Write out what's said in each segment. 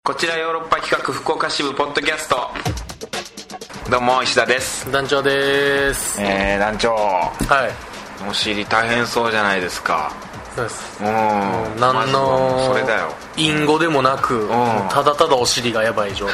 こちらヨーロッパ企画福岡支部ポッドキャスト。どうも石田です。 団長です。 団長、 はい、 お尻大変そうじゃないですか。 そうです。 何のそれだよ、 隠語でもなく、ただただお尻がやばい状態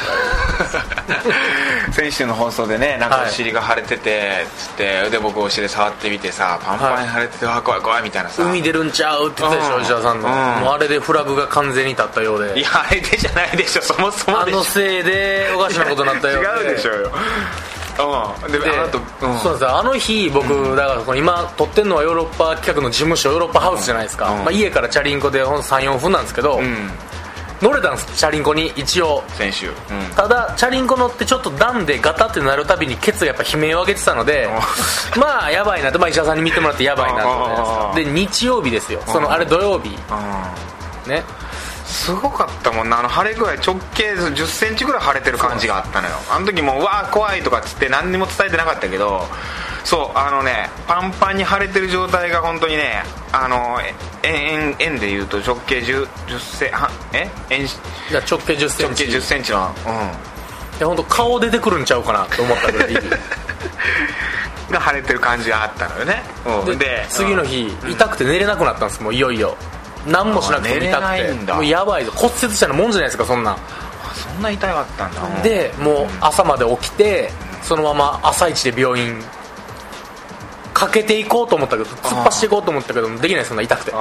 先週の放送でね、なんかお尻が腫れててつって、で僕お尻触ってみてさ、パンパンに腫れてて、怖い怖い怖いみたいなさ、 海出るんちゃうって言ったでしょ、石田さんの、もうあれでフラグが完全に立ったようで。 いや、あれでじゃないでしょ、そもそもでしょ。 あのせいでおかしなことになったようで。 違うでしょうよ。でそうです。あの日僕、だから今撮ってるのはヨーロッパ企画の事務所、ヨーロッパハウスじゃないですか、家からチャリンコで 3,4 分なんですけど、乗れたんです、チャリンコに一応先週、 ただチャリンコ乗ってちょっと段でガタってなるたびにケツがやっぱ悲鳴を上げてたのでまあやばいなと、医者さんに見てもらってやばいなと思います。で日曜日ですよ、あれ土曜日ね、 すごかったもんな、腫れ具合直径10センチぐらい腫れてる感じがあったのよ。あの時もうわー怖いとかっつって何にも伝えてなかったけど、そうパンパンに腫れてる状態が本当にね、円でいうと直径10センチ、 直径10センチ、 直径10センチの、 いや本当顔出てくるんちゃうかなと思ったぐらいが腫れてる感じがあったのよね。 で次の日、痛くて寝れなくなったんです。もういよいよ何もしなくても痛くて、もうやばいぞ、骨折したのもんじゃないですか、そんな痛かったんだ。 でもう朝まで起きて、そのまま朝一で病院かけていこうと思ったけど、突っ走っていこうと思ったけどできない、そんな痛くて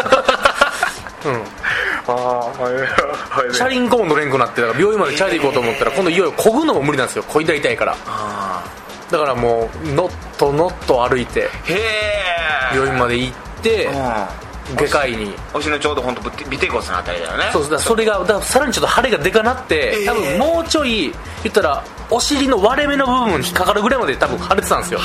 チャリンコも乗れんくなって、だから病院までチャリで行こうと思ったら、今度いよいよ漕ぐのも無理なんですよ、漕いだら痛いから。だからもうノット歩いて病院まで行って、外科医に、 お尻のちょうど本当尾てい骨のあたりだよね。 そうだ、それがだからさらにちょっと腫れがでかなって、多分もうちょい言ったらお尻の割れ目の部分に引っかかるぐらいまで多分腫れてたんですよ。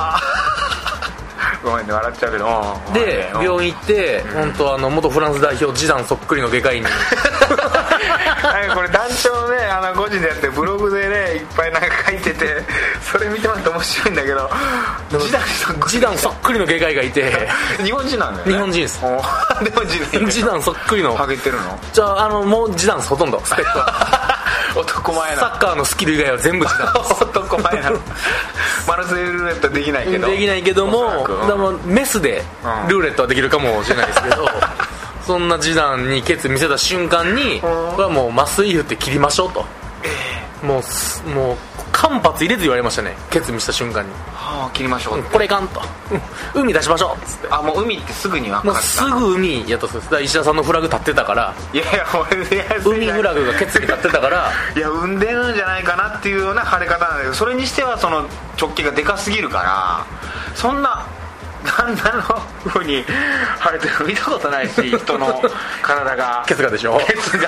ごめんね、笑っちゃうけど。 で病院行って、本当元フランス代表ジダンそっくりの外科医にこれ団長のね、個人でやってブログでねいっぱいなんか書いてて、それ見てもらって面白いんだけど、 ジダンそっくりの外科医がいて日本人なんだよね。 日本人です。 でもジダンそっくりのハゲてるの。 じゃあもうジダンほとんどスペックは男前な、 サッカーのスキル以外は全部ジダン男前なマルセイユルーレットできないけどもでもメスでルーレットはできるかもしれないですけどそんなジダンにケツ見せた瞬間に、これはもう麻酔打って切りましょうと、もう間髪入れず言われましたね、ケツ見せた瞬間に。 切りましょうって、 これいかんと海出しましょうっつって。 もう海ってすぐに分かった。 もうすぐ海やったそうです。だから石田さんのフラグ立ってたから、 いや海フラグがケツに立ってたからいや産んでるんじゃないかなっていうような腫れ方なんだけど、それにしてはその直径がでかすぎるから、そんなあんなの風に腫れてるの見たことないし、人の体がケツがでしょ、 ケツが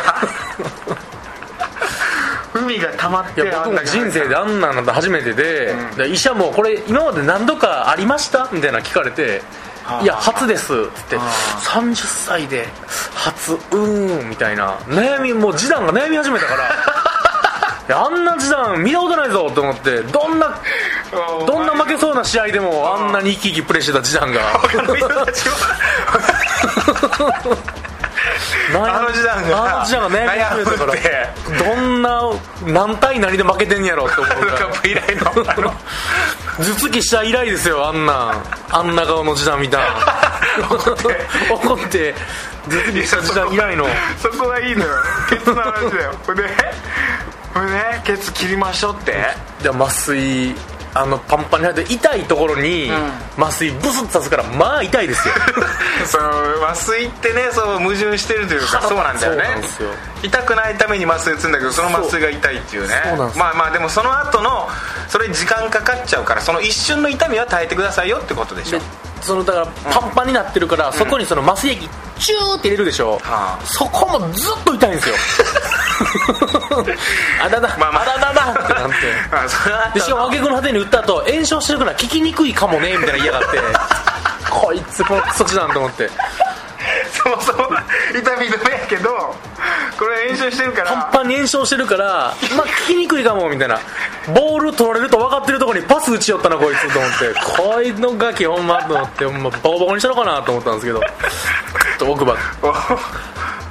海が溜まって。 いや僕も人生であんなの初めてで、医者もこれ今まで何度かありましたみたいな聞かれて、いや初ですって30歳で初みたいな悩み、もうジダンが悩み始めたからいやあんなジダン見たことないぞと思って、どんな負けそうな試合でもあんなに生き生きプレーしてたジダンがあの時代が悩み始めたから、どんな何対何で負けてんやろって思うからカップ以来の頭突きした以来ですよ、あんな顔の時代見た怒って頭突きした時代以来のそこはいいのよ、ケツの話だよ。これねケツ切りましょうって。 じゃ麻酔パンパンに入って痛いところに麻酔ブスッと刺すから、まあ痛いですよその麻酔ってね、そう矛盾してるというか、そうなんだよね。 そうなんですよ、 痛くないために麻酔打つんだけど、その麻酔が痛いっていうね。まあでもその後のそれに時間かかっちゃうから、その一瞬の痛みは耐えてくださいよってことでしょ。 だからパンパンになってるから、そこにその麻酔液チューって入れるでしょ、そこもずっと痛いんですよあだだってなってで、しかも挙句の果てに打った後炎症してるから効きにくいかもねみたいな言いやがってこいつこのクソチなんと思って、 そもそも痛み止めやけどこれ炎症してるから、 パンパンに炎症してるから、まあ効きにくいかもみたいな、ボール取られると分かってるところにパス打ちよったなこいつと思って、こいのガキほんまと思って、ほんまボコボコにしたのかなと思ったんですけど、ちょっと奥歯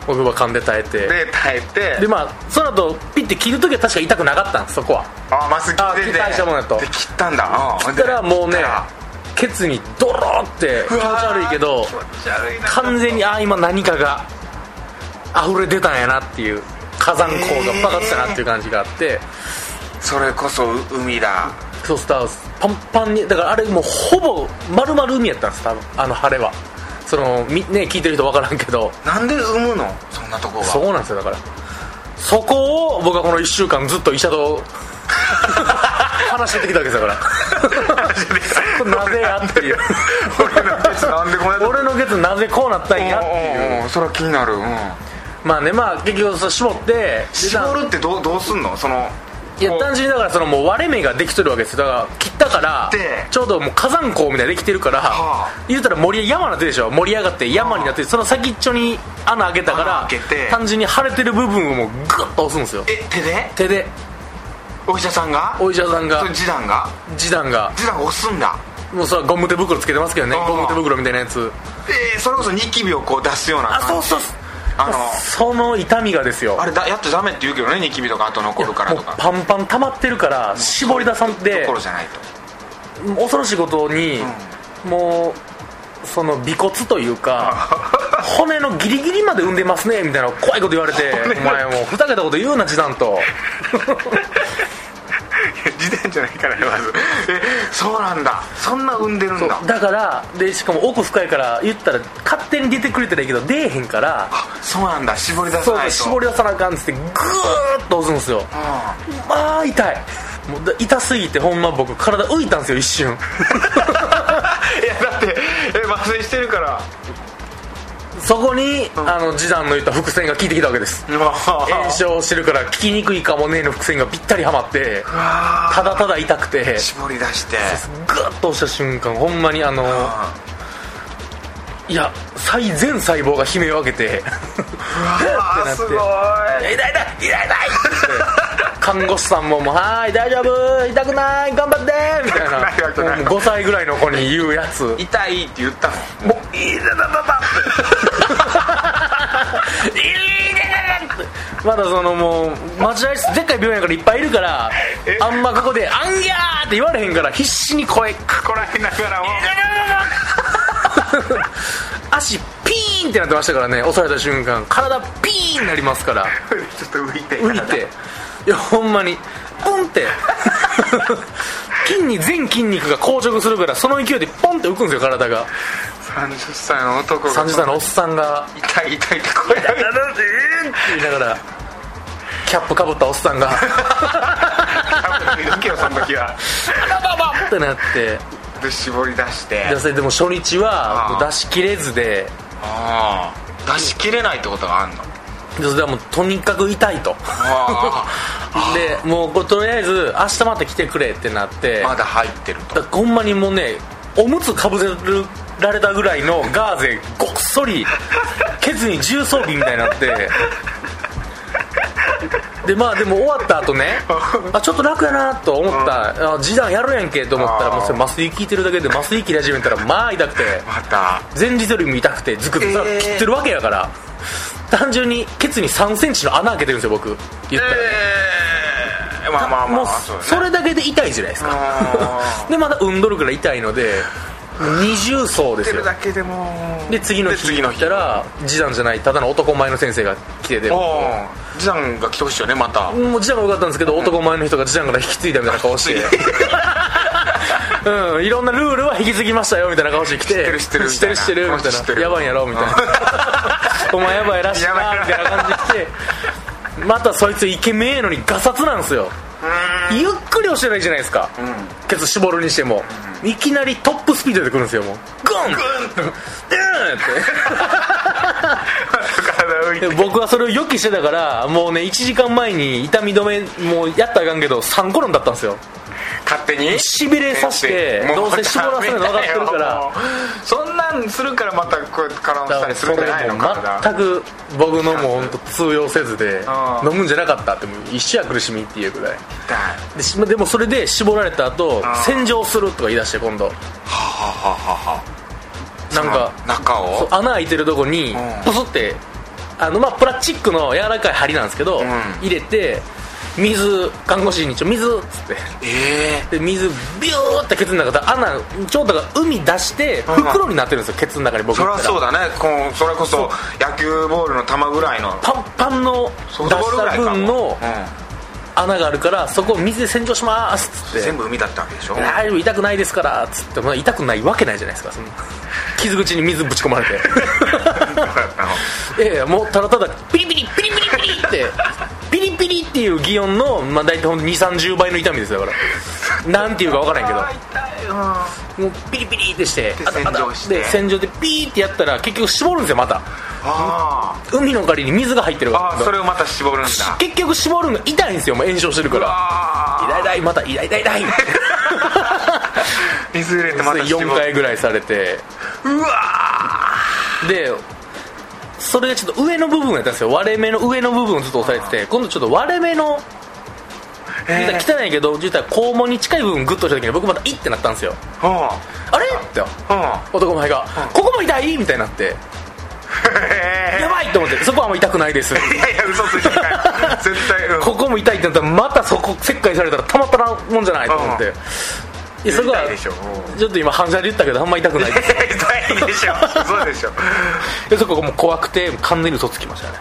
僕は噛んで耐えてで耐えてでまあその後ピッて切るときは確か痛くなかったんですそこは。 麻酔切ってて大したもんやとで切ったんだ。 切ったらもうねケツにドローって気持ち悪いけど完全に今何かが溢れ出たんやなっていう火山口がバカったなっていう感じがあって、 それこそ海だ。 そうスターパンパンにだからあれもうほぼ丸々海やったんです多分晴れはそのね聞いてる人分からんけどなんで産むのそんなとこが。 そうなんですよだからそこを僕はこの1週間ずっと医者と話してきたわけですからなぜやっていう俺のケツなぜこうなったんやっていうそれは気になる。 まあねまあ結局そう絞って絞るってどうすんのその。 いや単純にだからそのもう割れ目ができてるわけですよだから切ったからちょうどもう火山口みたいなできてるから言うたら山なってるでしょ盛り上がって山になってその先っちょに穴開けたから単純に腫れてる部分をもうグッと押すんですよ。手でお医者さんがそれ示談が押すんだ。 もうそれはゴム手袋つけてますけどねゴム手袋みたいなやつそれこそニキビをこう出すような感じ。 そうその痛みがですよあれやっとダメって言うけどねニキビとか後残るからとかパンパン溜まってるから絞り出さんでところじゃないと恐ろしいことに、もうその尾骨というか骨のギリギリまで産んでますねみたいな怖いこと言われてお前もうふざけたこと言うな示談と示談じゃないからねまずそうなんだそんな産んでるんだ。 だからでしかも奥深いから言ったら勝手に出てくれたらいいけど出えへんからそうなんだ絞り出さないと絞り出さなあかんっつってグーッと押すんですよ。まあ痛いもう痛すぎてほんま僕体浮いたんですよ一瞬いやだって麻酔してるからそこに、示談の言った伏線が効いてきたわけです炎症してるから効きにくいかもねの伏線がぴったりはまってただただ痛くて絞り出してグッと押した瞬間ほんまにいや全細胞が悲鳴を上げてうわすごい痛いって看護師さんもはい大丈夫痛くない頑張ってみたいな5歳ぐらいの子に言うやつ痛いって言ったのもういいだまだそのもう待合室でっかい病院やからいっぱいいるからあんまここであんぎゃーって言われへんから必死に声こらえながらも足ピーンってなってましたからね押された瞬間体ピーンになりますからちょっと浮いていやほんまにポンって全筋肉が硬直するからその勢いでポンって浮くんですよ体が。 30歳の男が 30歳のおっさんが痛いって声がって言いながらキャップかぶったおっさんがキャップ脱げよその時はババってなってで絞り出してでも初日は出し切れずで出し切れないってことがあんのそれはもうとにかく痛いとでもうこれとりあえず明日また来てくれってなってまだ入ってるとほんまにもうねおむつかぶせられたぐらいのガーゼごっそりケツに重装備みたいになってでまあでも終わった後ねちょっと楽やなと思った示談やるやんけと思ったらもうそれ麻酔効いてるだけで麻酔切り始めたらまあ痛くてまた前日よりも痛くてズクズク切ってるわけやから単純にケツに3センチの穴開けてるんですよ僕言ったらねもうそれだけで痛いじゃないですかでまた産んどるから痛いので二重層ですよで次の日行ったら示談じゃないただの男前の先生が来てて示談が来てほしいよねまたもう示談がよかったんですけど男前の人が示談から引き継いだみたいな顔していろんなルールは引き継ぎましたよみたいな顔して来て知ってるみたいなやばいんやろみたいなお前やばいらしいなみたいな感じで来てまたそいつイケメンやのにガサツなんですよゆっくり押してないじゃないですかケツ絞るにしてもいきなりトップスピードで来るんですよもうグンって僕はそれを予期してたからもうね1時間前に痛み止めもうやったらあかんけど3コロンだったんですよ勝手にしびれさしてどうせ絞らせるの分かってるからそんなんするからまたこう絡ましたりするんじゃないのか全く僕のもう本当通用せずで飲むんじゃなかったってもう一緒や苦しみっていうぐらいでもそれで絞られた後洗浄するとか言い出して今度なんか中を穴開いてるとこにプスってプラスチックの柔らかい針なんですけど、入れて水、看護師に水っつって、で水ビューってケツの中で穴ちょうど海出して袋になってるんですよ、ケツの中に。僕そりゃそうだね、それこそ野球ボールの球ぐらいのパンパンの出した分の穴があるから、そこを水で洗浄しますっつって、 全部海だったわけでしょ。 大丈夫、痛くないですからっつって、痛くないわけないじゃないですか、その傷口に水ぶち込まれてもうただただピリピリピリピリピリってピリピリっていう擬音の、大体ほんと 2,30 倍の痛みですよ。だからなんていうか分からんけど、もうピリピリってして洗浄でピーってやったら結局絞るんですよ、また。海の代わりに水が入ってるから、 それをまた絞るんだ。 結局絞るのが痛いんですよ、もう炎症してるから。痛いまた痛い水入れてまた絞る。 4回ぐらいされて、 うわでそれがちょっと上の部分やったんですよ。割れ目の上の部分をずっと押さえてて、今度ちょっと割れ目の汚いけど実は肛門に近い部分グッとした時に僕またイッてなったんですよ。あれって男前がここも痛いみたいになって、やばいと思って、そこはもう痛くないです。いや嘘ついてない絶対、 ここも痛いってなったらまたそこ切開されたらたまったらもんじゃないと思って、そこはちょっと今反射で言ったけどあんま痛くないです。 痛いでしょそうでしょ。 でそこがもう怖くて完全に嘘つきましたね。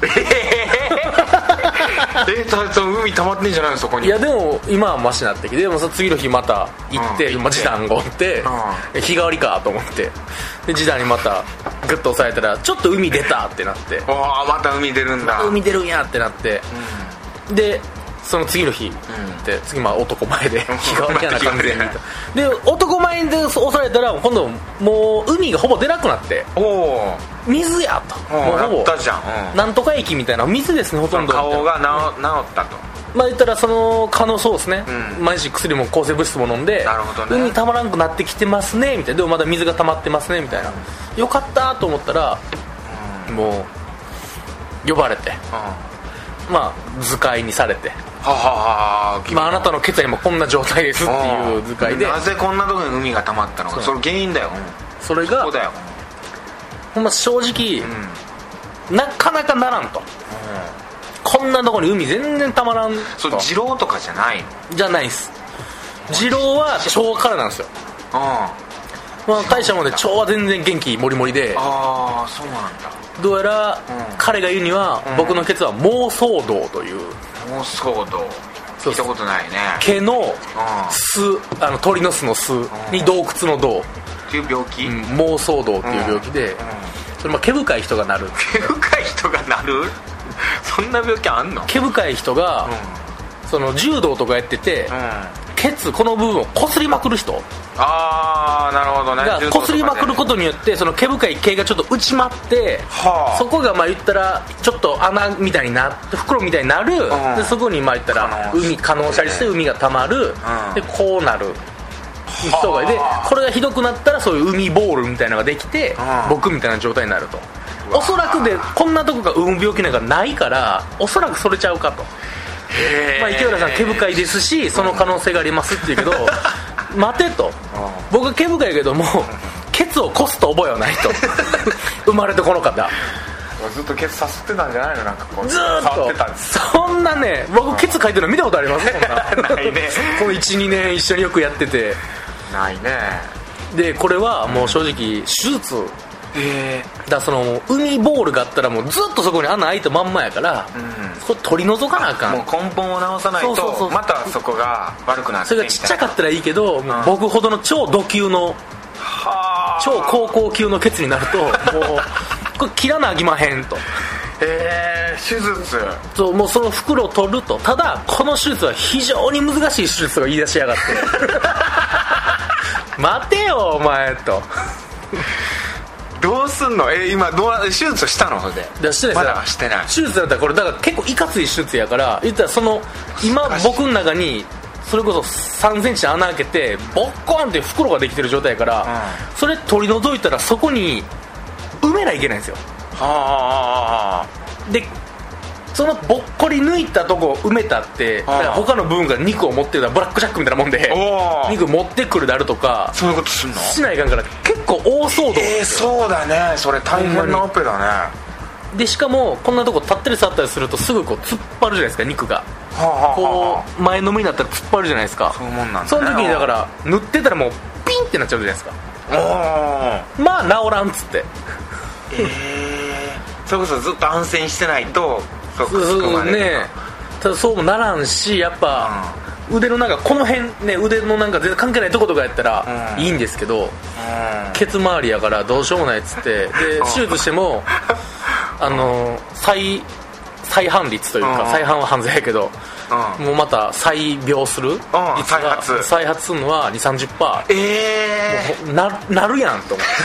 海溜まってんじゃないのそこに。 いやでも今はマシになってきて、でも次の日また行って、示談がおって、日替わりかと思って、で示談にまたグッと押さえたらちょっと海出たってなって、 また海出るんだ、 海出るんやってなって、でその次の日で、次男前で日替わりやな完全にで男前で押されたら今度もう海がほぼ出なくなって、水やと、もうほぼやったじゃん、 なんとか液みたいな水ですね、ほとんど顔が治ったと。 言ったらその可能そうですね、毎日薬も抗生物質も飲んで、 なるほどね、 海たまらんくなってきてますねみたいな、でもまだ水が溜まってますねみたいな、よかったと思ったら、もう呼ばれて、図解にされて、あなたの血液もこんな状態ですっていう図解で、 なぜこんなところに海が溜まったのか、それ原因だよ。 それがほんま正直、なかなかならんと、こんなところに海全然たまらんと。 二郎とかじゃないの？ じゃないです。二郎は腸からなんですよ。大したもんで腸は全然元気もりもりで、 そうなんだ。 どうやら、彼が言うには、僕のケツは妄想道という、 妄想道聞いたことないね。 毛の巣、鳥の巣の巣に洞窟の洞っていう病気、 妄想道っていう病気で、それ毛深い人がなる。 毛深い人がなるそんな病気あんの？ 毛深い人が、その柔道とかやってて、ケツこの部分をこすりまくる人、 なるほどね、 がこすりまくることによってその毛深い毛がちょっと内まって、そこが言ったらちょっと穴みたいになって袋みたいになる、でそこに言ったら可能射りして海がたまる、でこうなる人がいて、これがひどくなったらそういう海ボールみたいなのができて、僕みたいな状態になると。おそらくでこんなとこが産む病気なんかないから、おそらくそれちゃうかと。池浦さん毛深いですし、その可能性がありますって言うけど待てと、僕は毛深いけどもケツをこすと覚えはないと生まれてこの方ずっとケツさすってたんじゃないの？なんかこうずーっとそんなね、僕ケツ描いてるの見たことあります？ ないねこの 1,2 年一緒によくやっててないね。 でこれはもう正直手術、だその海ボールがあったらもうずっとそこに穴開いたまんまやから、そこ取り除かなあかん。 もう根本を直さないとまたそこが悪くなって、 それがちっちゃかったらいいけど、僕ほどの超ド級の超高校級のケツになるともうこれ切らなあきまへんと。 手術、 そう、もうその袋を取ると。ただこの手術は非常に難しい手術が言い出しやがって待てよお前とどうすんの？今手術したの？それでしてない。 まだしてない。 手術だったらこれだから結構いかつい手術やから、言ったらその今僕の中にそれこそ3センチの穴開けてボッコーンって袋ができてる状態やから、それ取り除いたらそこに埋めないけないんですよ。でそのぼっこり抜いたとこ埋めたって、だから他の部分が肉を持ってるのはブラックジャックみたいなもんで、肉持ってくるであるとか、 そういうことすんの？しないかんから結構大騒動。 そうだね、それ大変なオペだね。 でしかもこんなとこ立ったり座ったりするとすぐこう突っ張るじゃないですか、肉がこう前のめりになったら突っ張るじゃないですか。 そういうもんなんだね。 その時にだから塗ってたらもうピンってなっちゃうじゃないですか。まあ治らんっつって、 それこそずっと安静してないとそうね。ただそうもならんし、やっぱ、腕のなんかこの辺ね、腕のなんか全然関係ないとことかやったらいいんですけど、ケツ周りやからどうしようもないっつって、で手術しても再犯率というか、再犯は犯罪やけど、もうまた再病する率が再発するのは 2,30%、もうなるやんと思って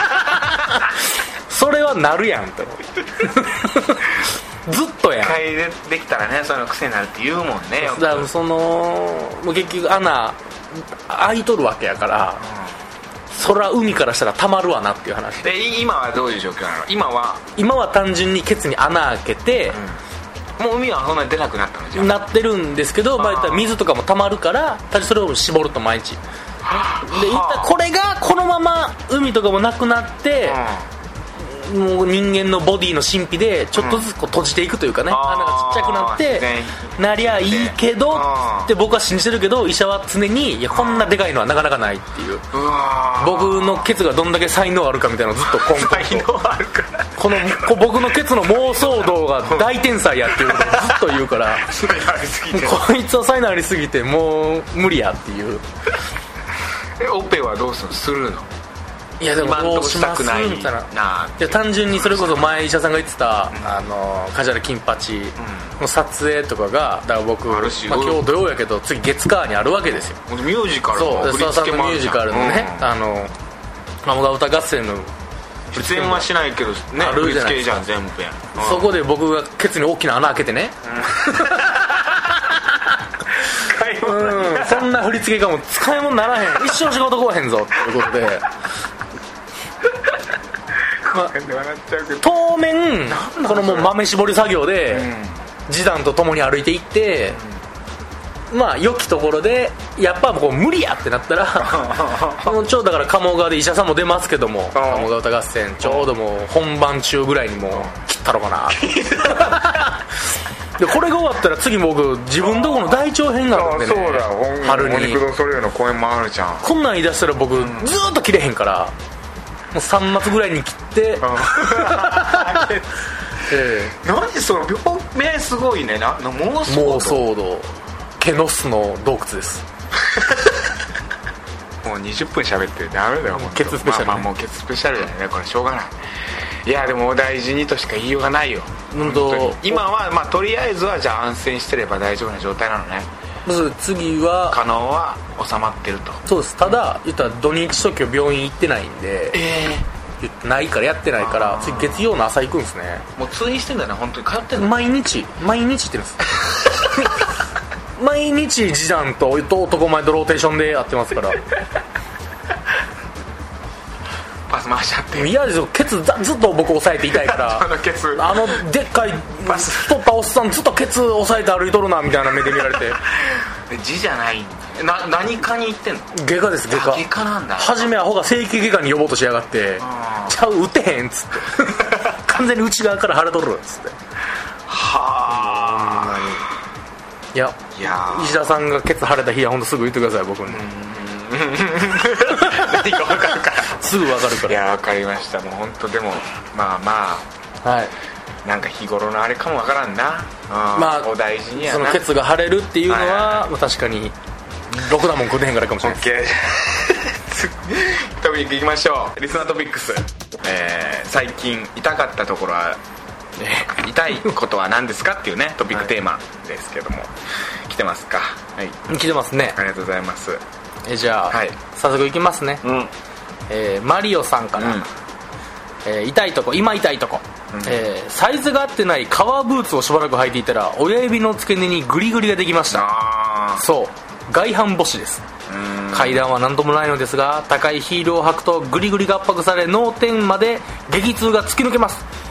それはなるやんと思ってずっとやん。 一回できたらね、その癖になるって言うもんね。よくだからもう結局穴開いとるわけやから、それは海からしたらたまるわなっていう話で。今はどういう状況なの？今は単純にケツに穴開けて、 もう海はそんなに出なくなったの？じゃあなってるんですけど、まあ、言ったら水とかもたまるから、それを絞ると毎日で、言ったらこれがこのまま海とかもなくなって、もう人間のボディの神秘でちょっとずつこう閉じていくというかね、穴がちっちゃくなってなりゃいいけどって僕は信じてるけど、医者は常にいやこんなでかいのはなかなかないっていう、僕のケツがどんだけ才能あるかみたいなのをずっとコンコン才能あるからこの僕のケツの妄想度が大天才やっていうことをずっと言うからこいつは才能ありすぎてもう無理やっていう。 オペはどうするの？ いやでもどうしますみたいな。いや単純にそれこそ前医者さんが言ってた梶原金八の撮影とかが、だから僕、今日土曜やけど次月火にあるわけですよ。 ミュージカルの振り付けもあるじゃん。そう、須田さんのミュージカルのね、鴨川歌合戦の出演はしないけどね、振り付けじゃん全部やん。 そこで僕がケツに大きな穴開けてね、そんな振り付けがもう使い物ならへん、一生仕事来へんぞっていうことで当面このもう豆絞り作業で示談とともに歩いていって、まあ良きところでやっぱもう無理やってなったらもうちょうどだから鴨川で医者さんも出ますけども、鴨川歌合戦ちょうどもう本番中ぐらいにもう切ったろかなでこれが終わったら次僕自分とこの大長編があるんでね、春にお肉ドソレイユの公演もあるじゃん。 こんなん言い出したら僕ずーっと切れへんから、もう3月ぐらいに切って何その病名すごいね、妄想道ケノスの洞窟ですもう20分喋ってる、ダメだよ。 ケツスペシャル、ね、 もうケツスペシャルだよね、これしょうがない。いやでも大事にとしか言いようがないよ。今はまあとりあえずはじゃあ安静してれば大丈夫な状態なのね。 次は可能は収まってると。 そうです。ただ言ったら土日と今日病院行ってないんで、ないからやってないから次月曜の朝行くんですね。 もう通院してんだね、本当に通ってんの？ 毎日行ってるんです毎日示談と男前とローテーションでやってますからパス回しちゃって。 嫌ですよ、ケツずっと僕押さえて痛いからでっかい太ったおっさんずっとケツ押さえて歩いとるなみたいな目で見られて字じゃない何科に行ってんの？ 外科です。外科なんだ。 初めアホが整形外科に呼ぼうとしやがってちゃう打てへんっつって完全に内側から腫れとるっつってはあ。 いや石田さんがケツ腫れた日は本当すぐ言ってください僕に何か分かるからすぐ分かるから。 いや分かりました。もう本当でもまあはいなんか日頃のあれかも分からんな。 まあお大事にやな。 そのケツが腫れるっていうのは、まあ、確かにろくなもん食うてへんからかもしれないです。 トピックいきましょう。リスナートピックス、最近痛かったところは、痛いことは何ですかっていうねトピックテーマですけども、来てますか？はい、 来てますね。 ありがとうございます。 じゃあ、早速いきますね。マリオさんから、痛いとこ、今痛いとこ、サイズが合ってない革ブーツをしばらく履いていたら親指の付け根にグリグリができました。そう外反母趾です。階段は何ともないのですが、高いヒールを履くとグリグリが圧迫され脳天まで激痛が突き抜けます。靴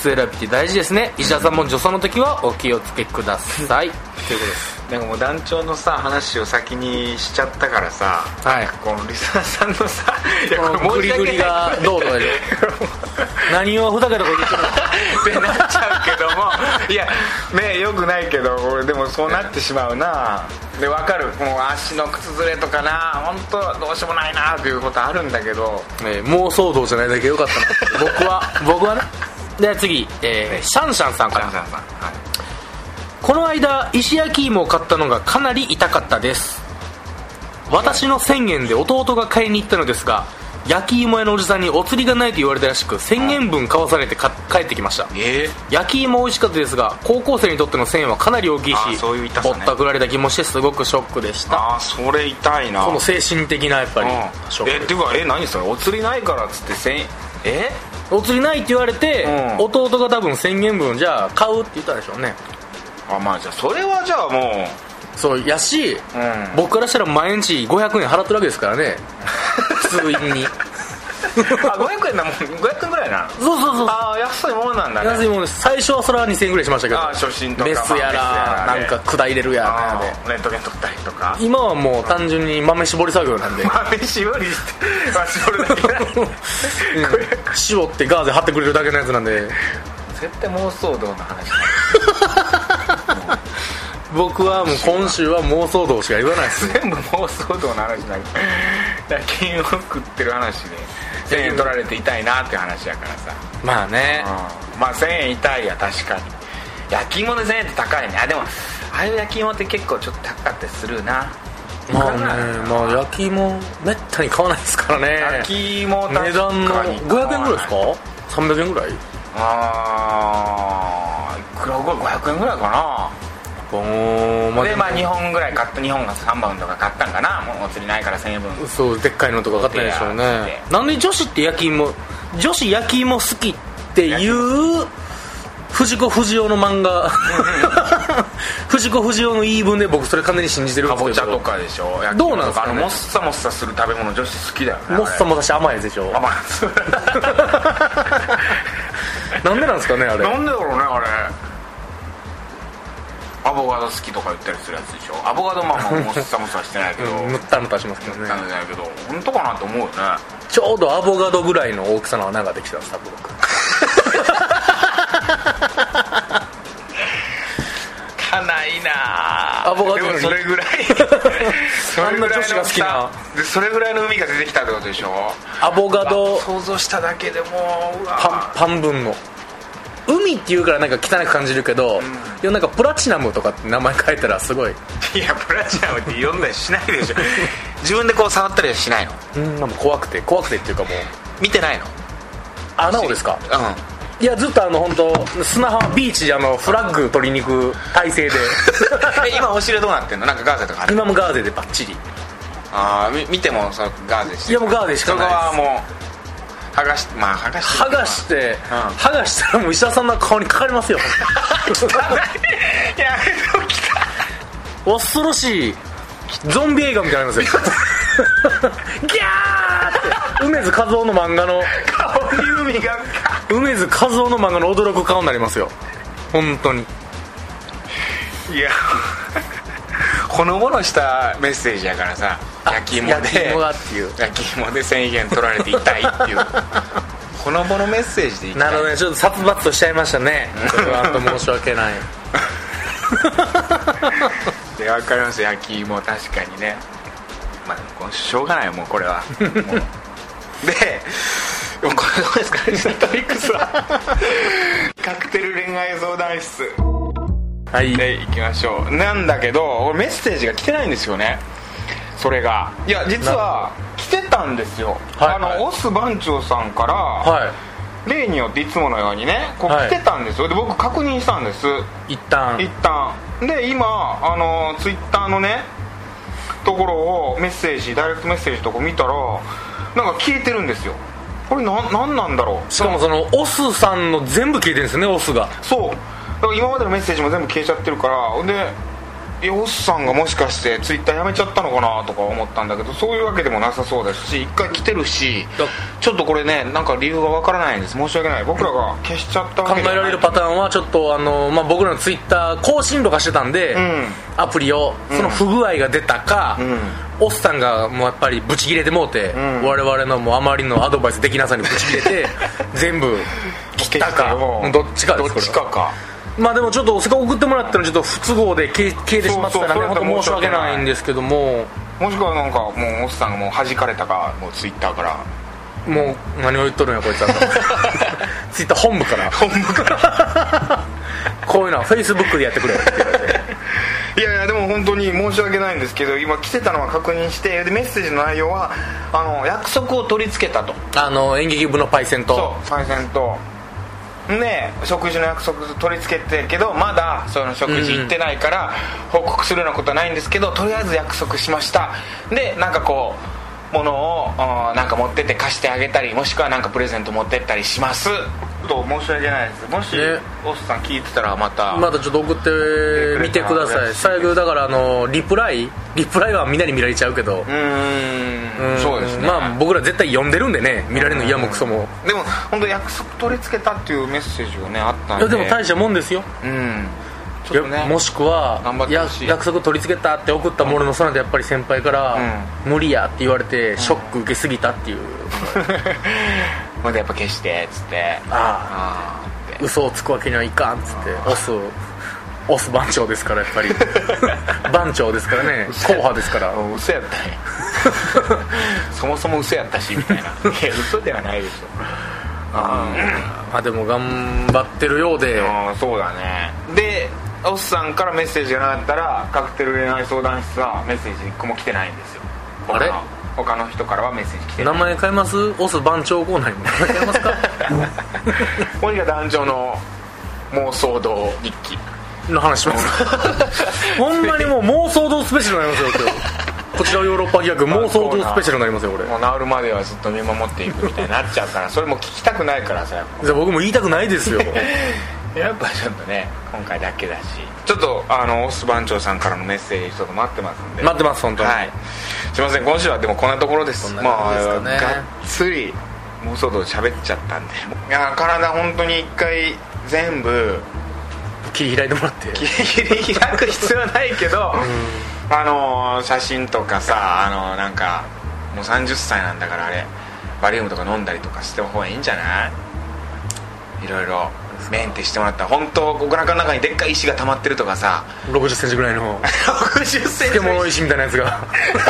靴選びって大事ですね。石田さんも女装の時はお気をつけくださいということです。 なんかもう団長のさ話を先にしちゃったからさ、はい、このリスナーさんのさ、 いやこのグリグリがどうとかで何をふざけたこと言ってるのってなっちゃうけども、いやねよくないけど俺でもそうなってしまうな。で分かる、もう足の靴ずれとかな、本当どうしようもないなっていうことあるんだけど、 妄想道じゃないだけよかったな僕はね。で次、シャンシャンさんから。シャンシャンさん、はい、この間石焼き芋を買ったのがかなり痛かったです。私の1000円で弟が買いに行ったのですが、焼き芋屋のおじさんにお釣りがないと言われたらしく1000円分買わされて帰ってきました。焼き芋美味しかったですが、高校生にとっての1000円はかなり大きいし、ぼったくられた気もしてすごくショックでした。 それ痛いな。 この精神的なやっぱりショック。 っていうか何それ、お釣りないからっつって1000円お釣りないって言われて、弟が多分1000円分じゃあ買うって言ったでしょうね。 まあじゃあそれはじゃあもうそうやし、僕からしたら毎日500円払ってるわけですからね普通に 500円だもん、500円ぐらいな。 そう安いものなんだね。 安いものです。最初はそれは2000円ぐらいしましたけど、 初心とかメスやらなんか管入れるやらレントゲン取ったりとか。 今はもう単純に豆絞り作業なんで豆絞りして絞るだけだ絞ってガーゼ貼ってくれるだけのやつなんで、 絶対妄想道の話僕はもう今週は妄想道しか言わないです全部妄想道の話になる。焼き芋を食ってる話で1000円取られて痛いなっていう話やからさ。 まあね、 まあ1000円痛いや確かに。焼き芋で1000円って高いね。でもああいう焼き芋って結構ちょっと高かったりするな。 まあね、焼き芋めったに買わないですからね。 焼き芋値段の500円ぐらいですか300円ぐらい。いくら500円ぐらいかな。で2本ぐらい買った、2本が3本とか買ったんかな。もうお釣りないから1000円分。 そうでっかいのとか買ったんでしょうね。なんで女子って焼き芋好きっていう藤子不二雄の漫画藤子不二雄の言い分で僕それ完全に信じてるんですけど。 かぼちゃとかでしょ。 どうなんですかね。 もっさもっさする食べ物女子好きだよね。 もっさもっさして甘いやつでしょ。 甘いなんでなんですかねあれ。 なんでだろうねあれ。アボカド好きとか言ったりするやつでしょ。アボカドもっさもっさしてないけどむったむったしますけどね。 むったむったないけど本当かなと思うよね。 ちょうどアボカドぐらいの大きさの穴ができたんです多分僕かないなアボカド。 でもそれぐらいあんな女子が好きなでそれぐらいの海が出てきたってことでしょ。 アボカド想像しただけでもうパン分の海っていうからなんか汚く感じるけど、いやなんかプラチナムとかって名前変えたらすごい。 いやプラチナムって呼んだりしないでしょ自分でこう触ったりはしないの。 なんか怖くてっていうかもう見てないの。 穴をですか。いやずっと本当砂浜ビーチでフラッグ取りに行く体勢で今お尻どうなってんの。なんかガーゼとかある。 今もガーゼでバッチリ。 見てもそのガーゼして。 いやもうガーゼしかないです。 そこはもう剥がして剥がしたらもう石田さんの顔にかかりますよやめときた。 恐ろしいゾンビ映画みたいになりますよギャーって梅津和夫の漫画の顔に海が梅津和夫の漫画の驚く顔になりますよ本当に。 いやほのぼのしたメッセージやからさ。焼き芋で1000円取られて痛いっていうほのぼのメッセージでいきたい。 なるほどね。ちょっと殺伐としちゃいましたねそれは本当申し訳ないで分かります焼き芋確かにね。まあでもしょうがないよもうこれはもうでもこれどうですかねシナトリックスはカクテル恋愛相談室でいきましょう。なんだけどメッセージが来てないんですよね。それがいや実は来てたんですよ。オス番長さんから、例によっていつものようにねこう来てたんですよ。で僕確認したんです。一旦で今ツイッターのねところをダイレクトメッセージとか見たらなんか消えてるんですよ。これなんなんだろう。 しかもそのオスさんの全部消えてるんですね。オスがそうだから今までのメッセージも全部消えちゃってるから。でおっさんがもしかしてツイッターやめちゃったのかなとか思ったんだけど、そういうわけでもなさそうですし、一回来てるし、ちょっとこれね、なんか理由がわからないんです。申し訳ない。僕らが消しちゃったわけではない。 考えられるパターンはちょっと僕らのツイッター更新とかしてたんで、アプリをその不具合が出たか、おっさんがもうやっぱりブチ切れてもうて、我々のもうあまりのアドバイスできなさにブチ切れて全部切ったか、どっちかです。 どっちかか。 まあでもちょっとせっかく送ってもらったのちょっと不都合で消えてしまったらね、本当申し訳ないんですけども、 もしくはなんかもうおっさんがもう弾かれたか、もうツイッターからもう何を言っとるんやこいつはツイッター本部からこういうのはフェイスブックでやってくれって言われていやいやでも本当に申し訳ないんですけど、今来てたのは確認して、でメッセージの内容は約束を取り付けたと、 演劇部のパイセンと、 そうパイセンとね、食事の約束取り付けてるけどまだその食事行ってないから報告するようなことはないんですけど、とりあえず約束しました。でなんかこう物をなんか持ってって貸してあげたり、もしくはなんかプレゼント持ってったりしますと。申し訳ないです。もし、ね、おっさん聞いてたらまたちょっと送ってみてください。最後だからリプライはみんなに見られちゃうけど、 そうですね。 まあ僕ら絶対読んでるんでね、見られるの嫌もクソも。 でも本当約束取り付けたっていうメッセージがねあったんで、 いやでも大したもんですよ。 ちょっとね、 もしくは約束取り付けたって送ったものの、その後やっぱり先輩から、無理やって言われてショック受けすぎたっていうほんでやっぱ消してっつって、 嘘をつくわけにはいかんっつって、オス番長ですからやっぱり番長ですからね、硬派ですから。 嘘やったねそもそも嘘やったしみたいな。いや嘘ではないでしょ。 でも頑張ってるようで。 そうだね。でおっさんからメッセージがなかったら、カクテル恋愛相談室はメッセージ1個も来てないんですよ。 あれ、 他の人からはメッセージ来てない。 名前変えます？オス番長コーナーにも名前変えますかこれが団長の妄想道日記の話しますほんまにもう妄想道スペシャルになりますよ今日こちらヨーロッパ企画妄想道スペシャルになりますよこれ。 もう治るまではずっと見守っていくみたいになっちゃうから、それも聞きたくないからさ。 じゃあ僕も言いたくないですよやっぱちょっとね今回だけだし、ちょっとオス番長さんからのメッセージちょっと待ってますんで。 待ってます本当に。 はい、すいません、今週はでもこんなところです。 こんな感じですかね。 がっつり妄想道で喋っちゃったんで、いや体本当に一回全部切り開いてもらって。 切り開く必要はないけど、写真とかさ、なんかもう30歳なんだからあれバリウムとか飲んだりとかして方がいいんじゃない？いろいろメンテしてもらったら、本当お腹の中にでっかい石が溜まってるとかさ、 60センチぐらいの 60センチ漬物石みたいなやつが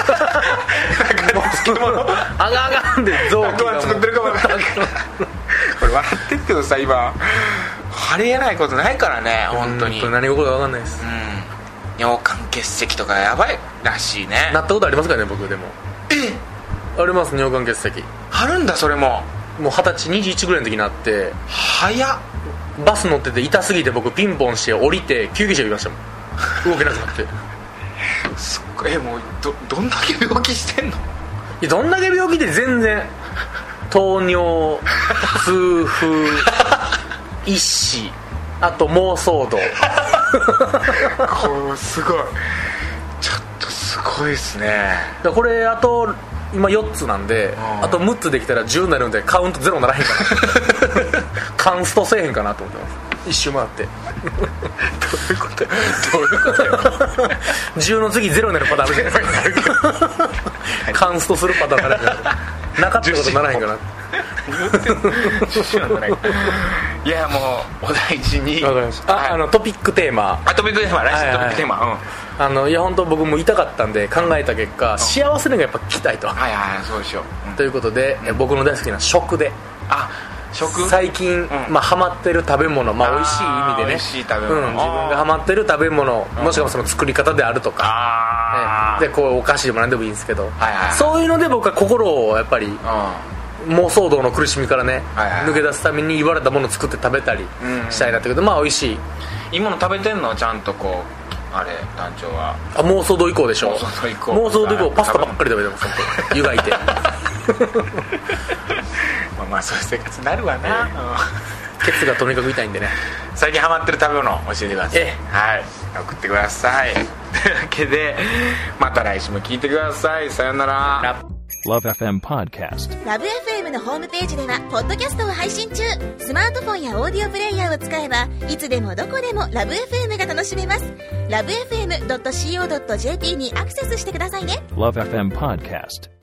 漬物あがあがんで臓器が作ってるかも分からないこれ笑ってるけどさ、今晴れやないことないからね本当に。 何が起こるか分かんないです。 尿管結石とかやばいらしいね。 なったことありますかね僕。でもあります、尿管結石あるんだ。それもう20歳21ぐらいの時になって、 早っ。 バス乗ってて痛すぎて僕ピンポンして降りて救急車呼びましたもん動けなくなってすっごい。もうどんだけ病気してんの？ いやどんだけ病気って全然糖尿痛風医師、あと妄想道これすごい、ちょっとすごいですね。 これあと今4つなんで、あと6つできたら10になるんでカウントゼロならへんかなカンストせえへんかなと思ってます。一周回ってどういうことよ10の次ゼロになるパターンあるじゃないですかカンストするパターンあるじゃないですか。なかったことならへんかな。 いやもうお大事に。 わかりました。トピックテーマ。 トピックテーマ、来週トピックテーマ。 いや本当僕も痛かったんで考えた結果、幸せなのがやっぱ聞きたいと。 そうしよう。 ということで、僕の大好きな食で。 食。 最近ハマってる食べ物、美味しい意味でね。 美味しい食べ物。 自分がハマってる食べ物、もしくはその作り方であるとか。でこうお菓子でも何でもいいんですけど、そういうので僕は心をやっぱり。妄想道の苦しみからね、抜け出すために言われたものを作って食べたりしたいなってことで、美味しい。 いいもの食べてんの？ちゃんとこうあれ団長は。 妄想道以降でしょ。妄想道以降パスタばっかり食べてます本当湯がいてまあそういう生活になるわな。 ケツがとにかく痛いんでね。 最近ハマってる食べ物教えてください。はい、送ってください。 というわけでまた来週も聞いてください。さよなら。 LoveFM Podcast。 ラブ FM のホームページではポッドキャストを配信中。スマートフォンやオーディオプレイヤーを使えばいつでもどこでもラブ FM が楽しめます。ラブ FM.co.jp にアクセスしてくださいね。 LoveFM Podcast。